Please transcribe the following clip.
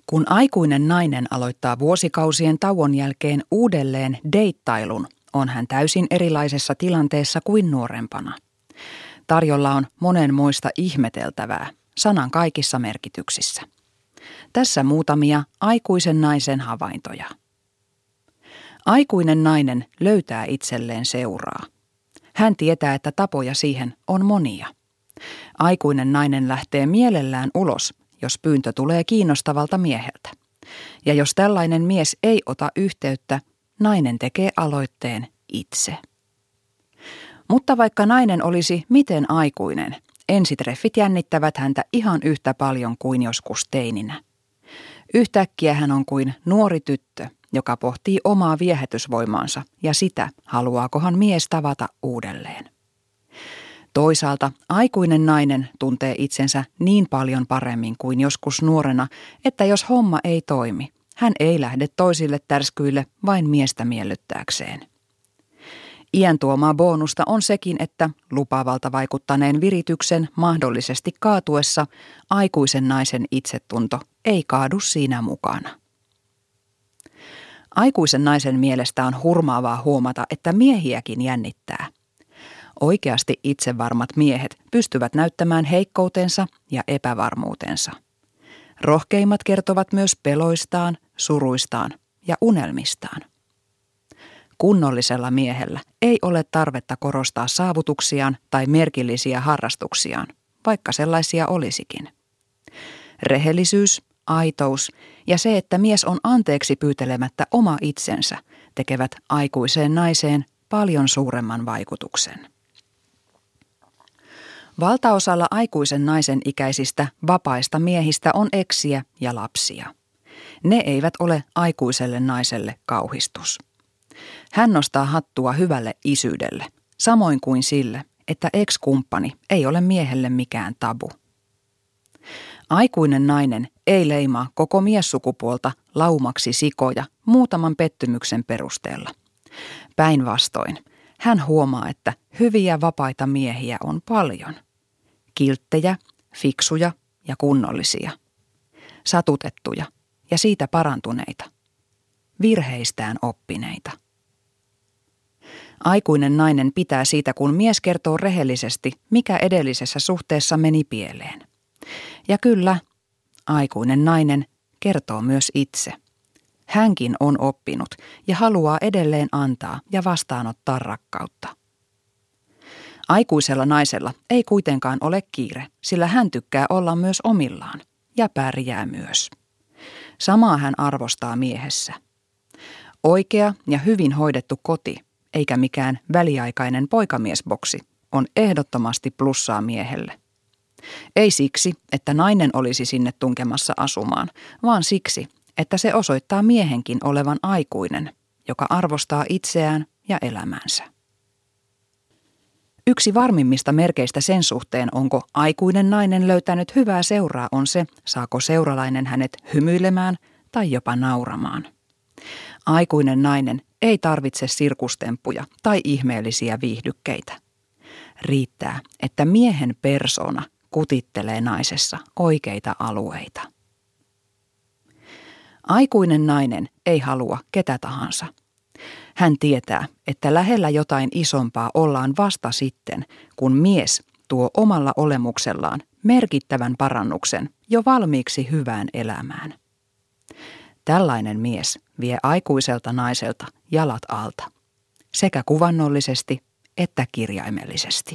Kun aikuinen nainen aloittaa vuosikausien tauon jälkeen uudelleen deittailun, on hän täysin erilaisessa tilanteessa kuin nuorempana. Tarjolla on monenmoista ihmeteltävää, sanan kaikissa merkityksissä. Tässä muutamia aikuisen naisen havaintoja. Aikuinen nainen löytää itselleen seuraa. Hän tietää, että tapoja siihen on monia. Aikuinen nainen lähtee mielellään ulos, jos pyyntö tulee kiinnostavalta mieheltä. Ja jos tällainen mies ei ota yhteyttä, nainen tekee aloitteen itse. Mutta vaikka nainen olisi miten aikuinen, ensitreffit jännittävät häntä ihan yhtä paljon kuin joskus teininä. Yhtäkkiä hän on kuin nuori tyttö, joka pohtii omaa viehätysvoimaansa ja sitä, haluaakohan mies tavata uudelleen. Toisaalta aikuinen nainen tuntee itsensä niin paljon paremmin kuin joskus nuorena, että jos homma ei toimi, hän ei lähde toisille tärskyille vain miestä miellyttääkseen. Iän tuomaa bonusta on sekin, että lupaavalta vaikuttaneen virityksen mahdollisesti kaatuessa aikuisen naisen itsetunto ei kaadu siinä mukana. Aikuisen naisen mielestä on hurmaavaa huomata, että miehiäkin jännittää. Oikeasti itsevarmat miehet pystyvät näyttämään heikkoutensa ja epävarmuutensa. Rohkeimmat kertovat myös peloistaan, suruistaan ja unelmistaan. Kunnollisella miehellä ei ole tarvetta korostaa saavutuksiaan tai merkillisiä harrastuksiaan, vaikka sellaisia olisikin. Rehellisyys, aitous ja se, että mies on anteeksi pyytelemättä oma itsensä, tekevät aikuiseen naiseen paljon suuremman vaikutuksen. Valtaosalla aikuisen naisen ikäisistä vapaista miehistä on eksiä ja lapsia. Ne eivät ole aikuiselle naiselle kauhistus. Hän nostaa hattua hyvälle isyydelle, samoin kuin sille, että ex-kumppani ei ole miehelle mikään tabu. Aikuinen nainen ei leimaa koko miessukupuolta laumaksi sikoja muutaman pettymyksen perusteella. Päinvastoin, hän huomaa, että hyviä vapaita miehiä on paljon. Kilttejä, fiksuja ja kunnollisia. Satutettuja ja siitä parantuneita. Virheistään oppineita. Aikuinen nainen pitää siitä, kun mies kertoo rehellisesti, mikä edellisessä suhteessa meni pieleen. Ja kyllä, aikuinen nainen kertoo myös itse. Hänkin on oppinut ja haluaa edelleen antaa ja vastaanottaa rakkautta. Aikuisella naisella ei kuitenkaan ole kiire, sillä hän tykkää olla myös omillaan ja pärjää myös. Samaa hän arvostaa miehessä. Oikea ja hyvin hoidettu koti, eikä mikään väliaikainen poikamiesboksi, on ehdottomasti plussaa miehelle. Ei siksi, että nainen olisi sinne tunkemassa asumaan, vaan siksi, että se osoittaa miehenkin olevan aikuinen, joka arvostaa itseään ja elämäänsä. Yksi varmimmista merkeistä sen suhteen, onko aikuinen nainen löytänyt hyvää seuraa, on se, saako seuralainen hänet hymyilemään tai jopa nauramaan. Aikuinen nainen ei tarvitse sirkustemppuja tai ihmeellisiä viihdykkeitä. Riittää, että miehen persoona kutittelee naisessa oikeita alueita. Aikuinen nainen ei halua ketä tahansa. Hän tietää, että lähellä jotain isompaa ollaan vasta sitten, kun mies tuo omalla olemuksellaan merkittävän parannuksen jo valmiiksi hyvään elämään. Tällainen mies vie aikuiselta naiselta jalat alta, sekä kuvannollisesti että kirjaimellisesti.